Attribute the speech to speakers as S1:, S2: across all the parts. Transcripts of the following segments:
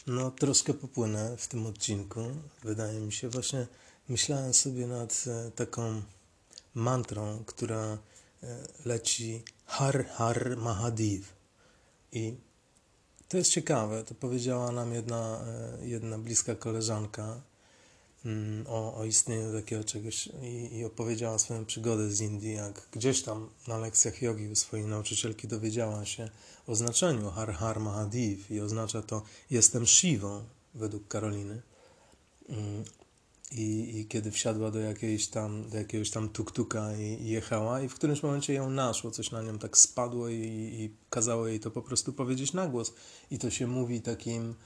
S1: No, troszkę popłynę w tym odcinku, wydaje mi się. Właśnie myślałem sobie nad taką mantrą, która leci Har Har Mahadev. I to jest ciekawe, to powiedziała nam jedna bliska koleżanka o istnieniu takiego czegoś i opowiedziała swoją przygodę z Indii, jak gdzieś tam na lekcjach jogi u swojej nauczycielki dowiedziała się o znaczeniu Har Har Mahadev i oznacza to jestem Shivą według Karoliny. I kiedy wsiadła do jakiegoś tam tuk-tuka i jechała i w którymś momencie ją naszło, coś na nią tak spadło i kazało jej to po prostu powiedzieć na głos. I to się mówi takim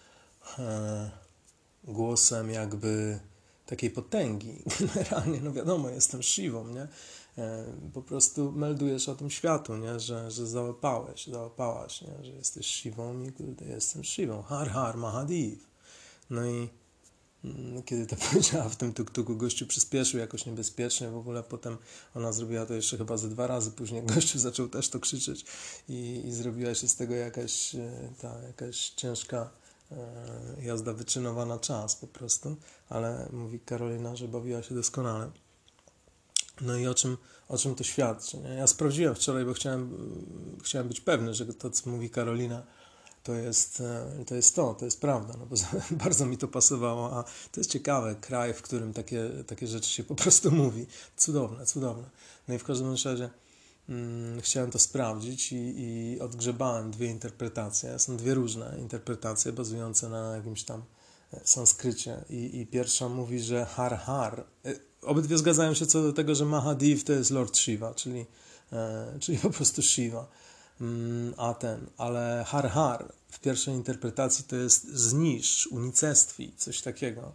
S1: głosem jakby takiej potęgi. Generalnie, no wiadomo, jestem Shivą, nie? Po prostu meldujesz o tym światu, nie? Że załapałaś, nie? Że jesteś Shivą i kurde, jestem Shivą. Har Har Mahadev. No i kiedy to powiedziała w tym tuk-tuku, gościu przyspieszył jakoś niebezpiecznie, w ogóle potem ona zrobiła to jeszcze chyba ze 2 razy, później gościu zaczął też to krzyczeć i zrobiła się z tego jakaś ciężka jazda wyczynowa na czas po prostu, ale mówi Karolina, że bawiła się doskonale. No i o czym to świadczy? Nie? Ja sprawdziłem wczoraj, bo chciałem być pewny, że to, co mówi Karolina, to jest prawda, no bo bardzo mi to pasowało, a to jest ciekawe, kraj, w którym takie rzeczy się po prostu mówi. Cudowne, cudowne. No i w każdym razie chciałem to sprawdzić i odgrzebałem 2 interpretacje. Są 2 różne interpretacje bazujące na jakimś tam sanskrycie i pierwsza mówi, że Har Har. Obydwie zgadzają się co do tego, że Mahadev to jest Lord Shiva, czyli po prostu Shiva. Ale Har Har w pierwszej interpretacji to jest zniszcz, unicestwij, coś takiego.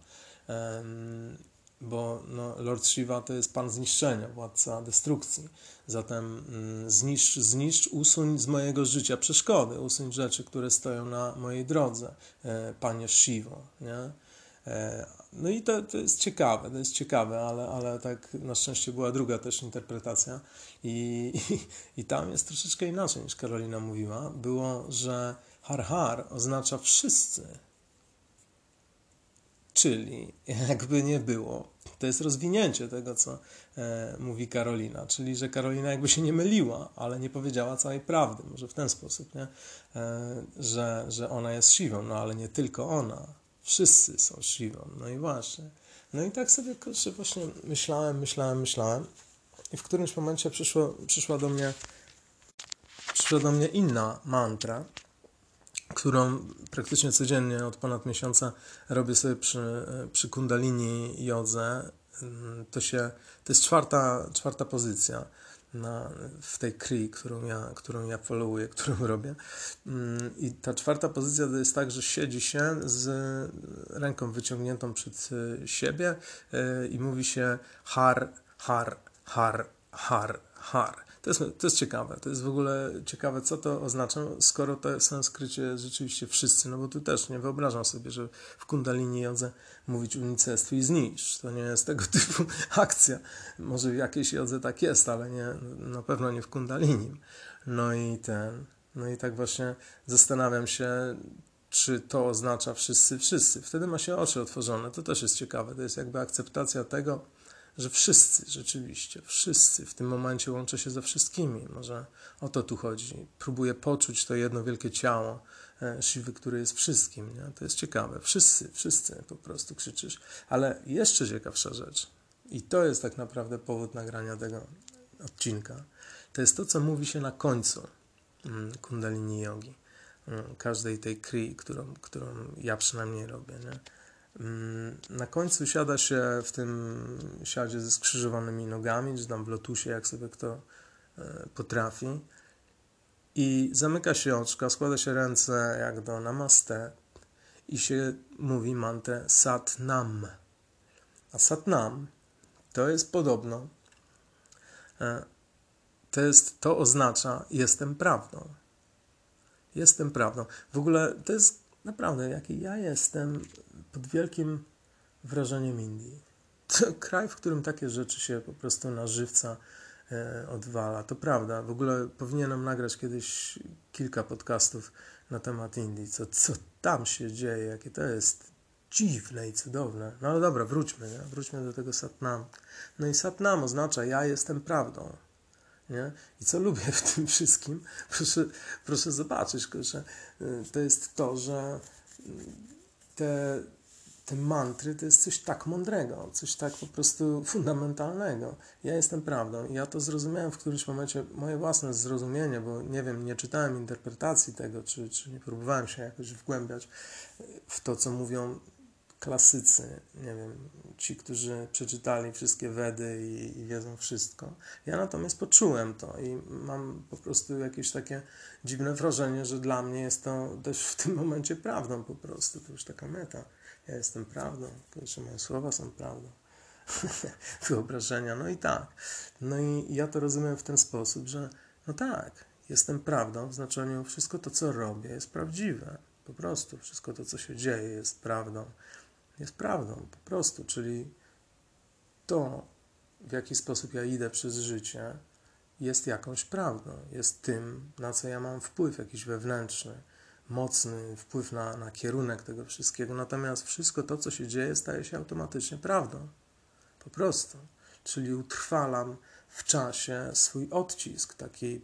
S1: Bo no, Lord Shiva to jest pan zniszczenia, władca destrukcji. Zatem zniszcz, usuń z mojego życia przeszkody, usuń rzeczy, które stoją na mojej drodze, panie Shivo, nie? No i to jest ciekawe, ale tak na szczęście była druga też interpretacja i tam jest troszeczkę inaczej niż Karolina mówiła. Było, że Har Har oznacza wszyscy, czyli jakby nie było. To jest rozwinięcie tego, co mówi Karolina, czyli że Karolina jakby się nie myliła, ale nie powiedziała całej prawdy, może w ten sposób, nie? Że ona jest Shivą, no ale nie tylko ona. Wszyscy są Shivą, no i właśnie. No i tak sobie właśnie myślałem i w którymś momencie przyszła do mnie inna mantra, którą praktycznie codziennie od ponad miesiąca robię sobie przy kundalini jodze. To jest czwarta pozycja w tej kri, którą ja followuję, którą robię. I ta 4. pozycja to jest tak, że siedzi się z ręką wyciągniętą przed siebie i mówi się har, har, har, har, har. To jest ciekawe, to jest w ogóle ciekawe, co to oznacza, skoro to w sanskrycie rzeczywiście wszyscy, no bo tu też nie wyobrażam sobie, że w kundalini jodze mówić unicestwuj i zniszcz. To nie jest tego typu akcja. Może w jakiejś jodze tak jest, ale nie, na pewno nie w kundalini. No i tak właśnie zastanawiam się, czy to oznacza wszyscy. Wtedy ma się oczy otworzone. To też jest ciekawe. To jest jakby akceptacja tego, że wszyscy, rzeczywiście, wszyscy w tym momencie łączę się ze wszystkimi. Może o to tu chodzi. Próbuję poczuć to jedno wielkie ciało Shiwy, które jest wszystkim. Nie? To jest ciekawe. Wszyscy po prostu krzyczysz. Ale jeszcze ciekawsza rzecz, i to jest tak naprawdę powód nagrania tego odcinka, to jest to, co mówi się na końcu kundalini jogi. Każdej tej kri, którą ja przynajmniej robię, nie? Na końcu siada się w tym siadzie ze skrzyżowanymi nogami, czy tam w lotusie, jak sobie kto potrafi, i zamyka się oczka, składa się ręce jak do namaste i się mówi mantrę Sat Nam. A Sat Nam to jest podobno, to oznacza jestem prawdą. Jestem prawdą. W ogóle to jest naprawdę, jaki ja jestem pod wielkim wrażeniem Indii. To kraj, w którym takie rzeczy się po prostu na żywca odwala. To prawda. W ogóle powinienem nagrać kiedyś kilka podcastów na temat Indii, co tam się dzieje, jakie to jest dziwne i cudowne. No ale dobra, wróćmy, nie? Wróćmy do tego Satnam. No i Satnam oznacza ja jestem prawdą. Nie? I co lubię w tym wszystkim, proszę zobaczyć, że to jest to, że te mantry to jest coś tak mądrego, coś tak po prostu fundamentalnego. Ja jestem prawdą i ja to zrozumiałem w którymś momencie, moje własne zrozumienie, bo nie wiem, nie czytałem interpretacji tego, czy nie próbowałem się jakoś wgłębiać w to, co mówią klasycy, nie wiem, ci, którzy przeczytali wszystkie Wedy i wiedzą wszystko. Ja natomiast poczułem to i mam po prostu jakieś takie dziwne wrażenie, że dla mnie jest to też w tym momencie prawdą po prostu. To już taka meta. Ja jestem prawdą, że moje słowa są prawdą. Wyobrażenia, no i tak. No i ja to rozumiem w ten sposób, że no tak, jestem prawdą w znaczeniu wszystko to, co robię, jest prawdziwe. Po prostu wszystko to, co się dzieje, jest prawdą. Jest prawdą, po prostu, czyli to, w jaki sposób ja idę przez życie, jest jakąś prawdą, jest tym, na co ja mam wpływ jakiś wewnętrzny, mocny wpływ na kierunek tego wszystkiego. Natomiast wszystko to, co się dzieje, staje się automatycznie prawdą. Po prostu. Czyli utrwalam w czasie swój odcisk, takiej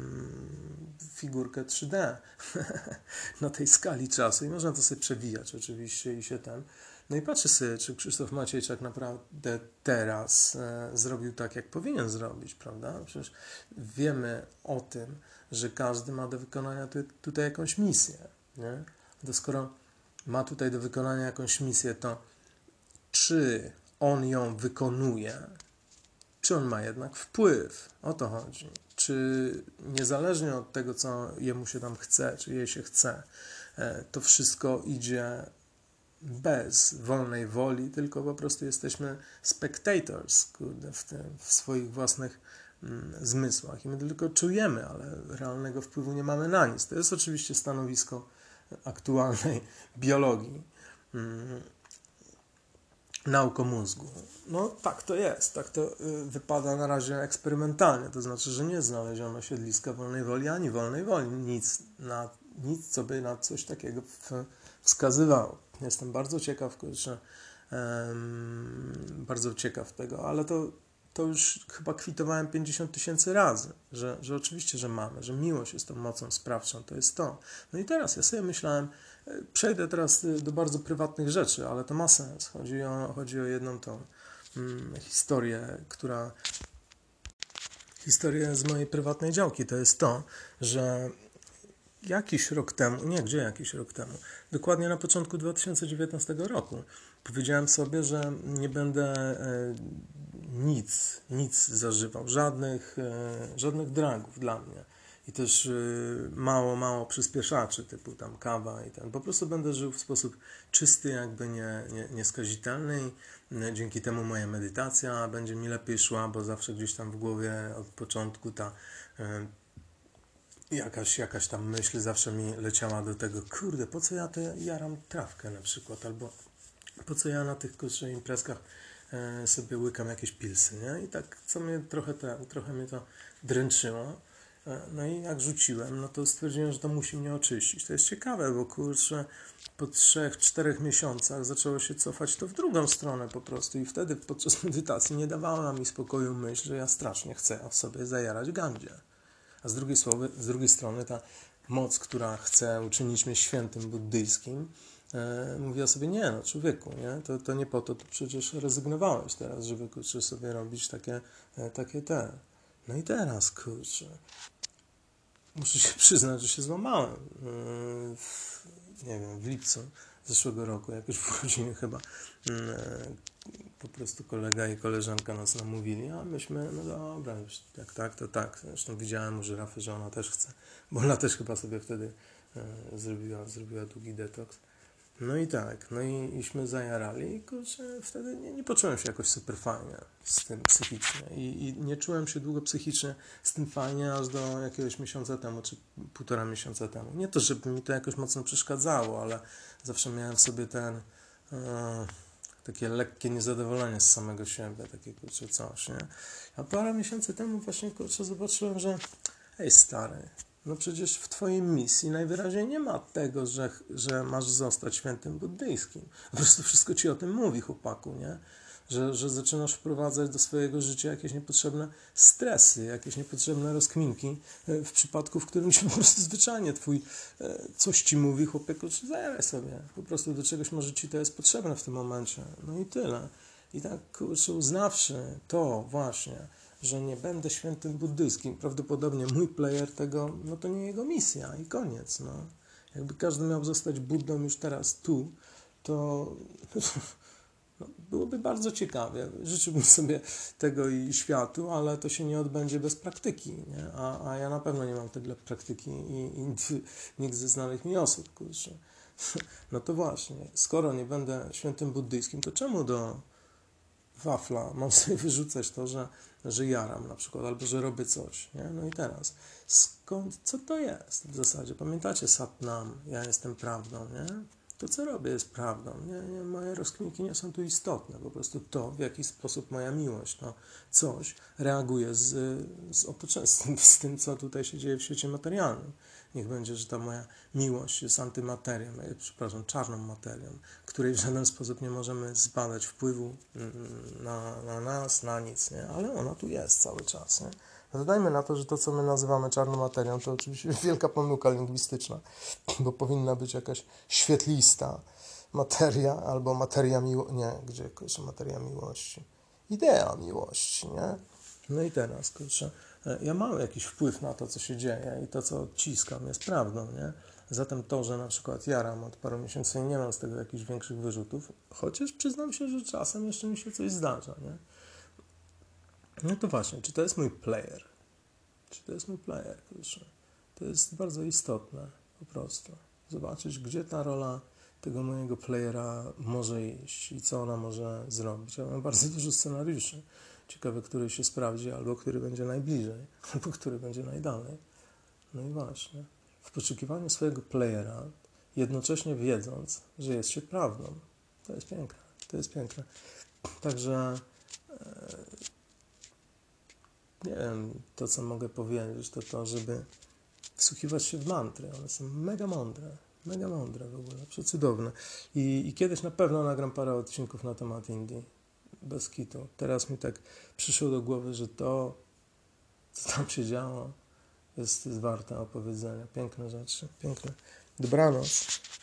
S1: figurkę 3D na tej skali czasu i można to sobie przewijać oczywiście i się ten. No i patrzę sobie, czy Krzysztof Maciejczak naprawdę teraz zrobił tak, jak powinien zrobić, prawda? Przecież wiemy o tym, że każdy ma do wykonania tutaj jakąś misję, nie? To skoro ma tutaj do wykonania jakąś misję, to czy on ją wykonuje, czy on ma jednak wpływ? O to chodzi. Czy niezależnie od tego, co jemu się tam chce, czy jej się chce, to wszystko idzie bez wolnej woli, tylko po prostu jesteśmy spectators, kurde, w swoich własnych zmysłach i my tylko czujemy, ale realnego wpływu nie mamy na nic. To jest oczywiście stanowisko aktualnej biologii, nauk o mózgu. No tak to jest, tak to wypada na razie eksperymentalnie, to znaczy, że nie znaleziono siedliska wolnej woli, ani wolnej woli, nic, co by na coś takiego wskazywało. Jestem bardzo ciekaw, kurczę, bardzo ciekaw tego, ale to już chyba kwitowałem 50 000 razy, że oczywiście, że mamy, że miłość jest tą mocą sprawczą, to jest to. No i teraz ja sobie myślałem, przejdę teraz do bardzo prywatnych rzeczy, ale to ma sens. Chodzi o jedną tą historię, historię z mojej prywatnej działki. To jest to, że jakiś rok temu, dokładnie na początku 2019 roku, powiedziałem sobie, że nie będę nic zażywał, żadnych dragów dla mnie. I też mało przyspieszaczy, typu tam kawa i ten. Po prostu będę żył w sposób czysty, jakby nieskazitelny i dzięki temu moja medytacja będzie mi lepiej szła, bo zawsze gdzieś tam w głowie od początku ta jakaś tam myśl zawsze mi leciała do tego, kurde, po co ja jaram trawkę na przykład, albo po co ja na tych imprezkach sobie łykam jakieś pilsy, nie? I tak, co mnie trochę mnie to dręczyło. No i jak rzuciłem, no to stwierdziłem, że to musi mnie oczyścić. To jest ciekawe, bo kurczę, po 3-4 miesiącach zaczęło się cofać to w drugą stronę po prostu i wtedy podczas medytacji nie dawała mi spokoju myśl, że ja strasznie chcę w sobie zajarać gandzie. A z drugiej strony ta moc, która chce uczynić mnie świętym buddyjskim, mówiła sobie, nie no człowieku, nie? To nie po to przecież rezygnowałeś teraz, żeby kurczę sobie robić takie te. No i teraz, kurczę, muszę się przyznać, że się złamałem. W lipcu zeszłego roku, jakoś w urodziny chyba, po prostu kolega i koleżanka nas namówili, a myśmy, no dobra, już jak tak, to tak. Zresztą widziałem u żyrafy, że ona też chce, bo ona też chyba sobie wtedy zrobiła długi detoks. No i tak, no iśmy zajarali i kurczę, wtedy nie poczułem się jakoś super fajnie z tym psychicznie i nie czułem się długo psychicznie z tym fajnie aż do jakiegoś miesiąca temu, czy 1,5 miesiąca temu. Nie to, żeby mi to jakoś mocno przeszkadzało, ale zawsze miałem w sobie takie lekkie niezadowolenie z samego siebie, takie coś, nie? A parę miesięcy temu właśnie, kurczę, zobaczyłem, że hej stary, No przecież w twojej misji najwyraźniej nie ma tego, że masz zostać świętym buddyjskim. Po prostu wszystko ci o tym mówi, chłopaku, nie? Że zaczynasz wprowadzać do swojego życia jakieś niepotrzebne stresy, jakieś niepotrzebne rozkminki w przypadku, w którym ci po prostu zwyczajnie coś ci mówi, chłopaku, czy zajraj sobie. Po prostu do czegoś może ci to jest potrzebne w tym momencie. No i tyle. I tak, kurczę, uznawszy to właśnie, że nie będę świętym buddyjskim, prawdopodobnie mój player tego, no to nie jego misja i koniec, no. Jakby każdy miał zostać Buddą już teraz tu, to no, byłoby bardzo ciekawie. Życzyłbym sobie tego i światu, ale to się nie odbędzie bez praktyki, nie? A ja na pewno nie mam tyle praktyki i nikt ze znanych mi osób, kurczę. No to właśnie, skoro nie będę świętym buddyjskim, to czemu do wafla mam sobie wyrzucać to, że jaram na przykład, albo że robię coś, nie? No i teraz, co to jest w zasadzie? Pamiętacie Satnam, ja jestem prawdą, nie? To, co robię, jest prawdą. Moje rozkminki nie są tu istotne. Po prostu to, w jaki sposób moja miłość, no coś reaguje z tym, co tutaj się dzieje w świecie materialnym. Niech będzie, że ta moja miłość jest antymaterią, czarną materią, której w żaden sposób nie możemy zbadać wpływu na nas, na nic, nie? Ale ona tu jest cały czas, nie? Dodajmy na to, że to, co my nazywamy czarną materią, to oczywiście wielka pomyłka lingwistyczna, bo powinna być jakaś świetlista materia albo materia miłości, nie, gdzie kurczę, materia miłości, idea miłości, nie? No i teraz, kurczę, ja mam jakiś wpływ na to, co się dzieje i to, co odciskam, jest prawdą, nie? Zatem to, że na przykład jaram od paru miesięcy i nie mam z tego jakichś większych wyrzutów, chociaż przyznam się, że czasem jeszcze mi się coś zdarza, nie? No to właśnie, czy to jest mój player? Czy to jest mój player, kurczę? To jest bardzo istotne, po prostu. Zobaczyć, gdzie ta rola tego mojego playera może iść i co ona może zrobić. Ja mam bardzo dużo scenariuszy. Ciekawe, który się sprawdzi, albo który będzie najbliżej, albo który będzie najdalej. No i właśnie, w poszukiwaniu swojego playera, jednocześnie wiedząc, że jest się prawdą. To jest piękne, to jest piękne. Także nie wiem, to co mogę powiedzieć, to żeby wsłuchiwać się w mantry. One są mega mądre w ogóle, przecudowne. I kiedyś na pewno nagram parę odcinków na temat Indii, bez kitu. Teraz mi tak przyszło do głowy, że to, co tam się działo, jest warte opowiedzenia. Piękne rzeczy, piękne. Dobranoc.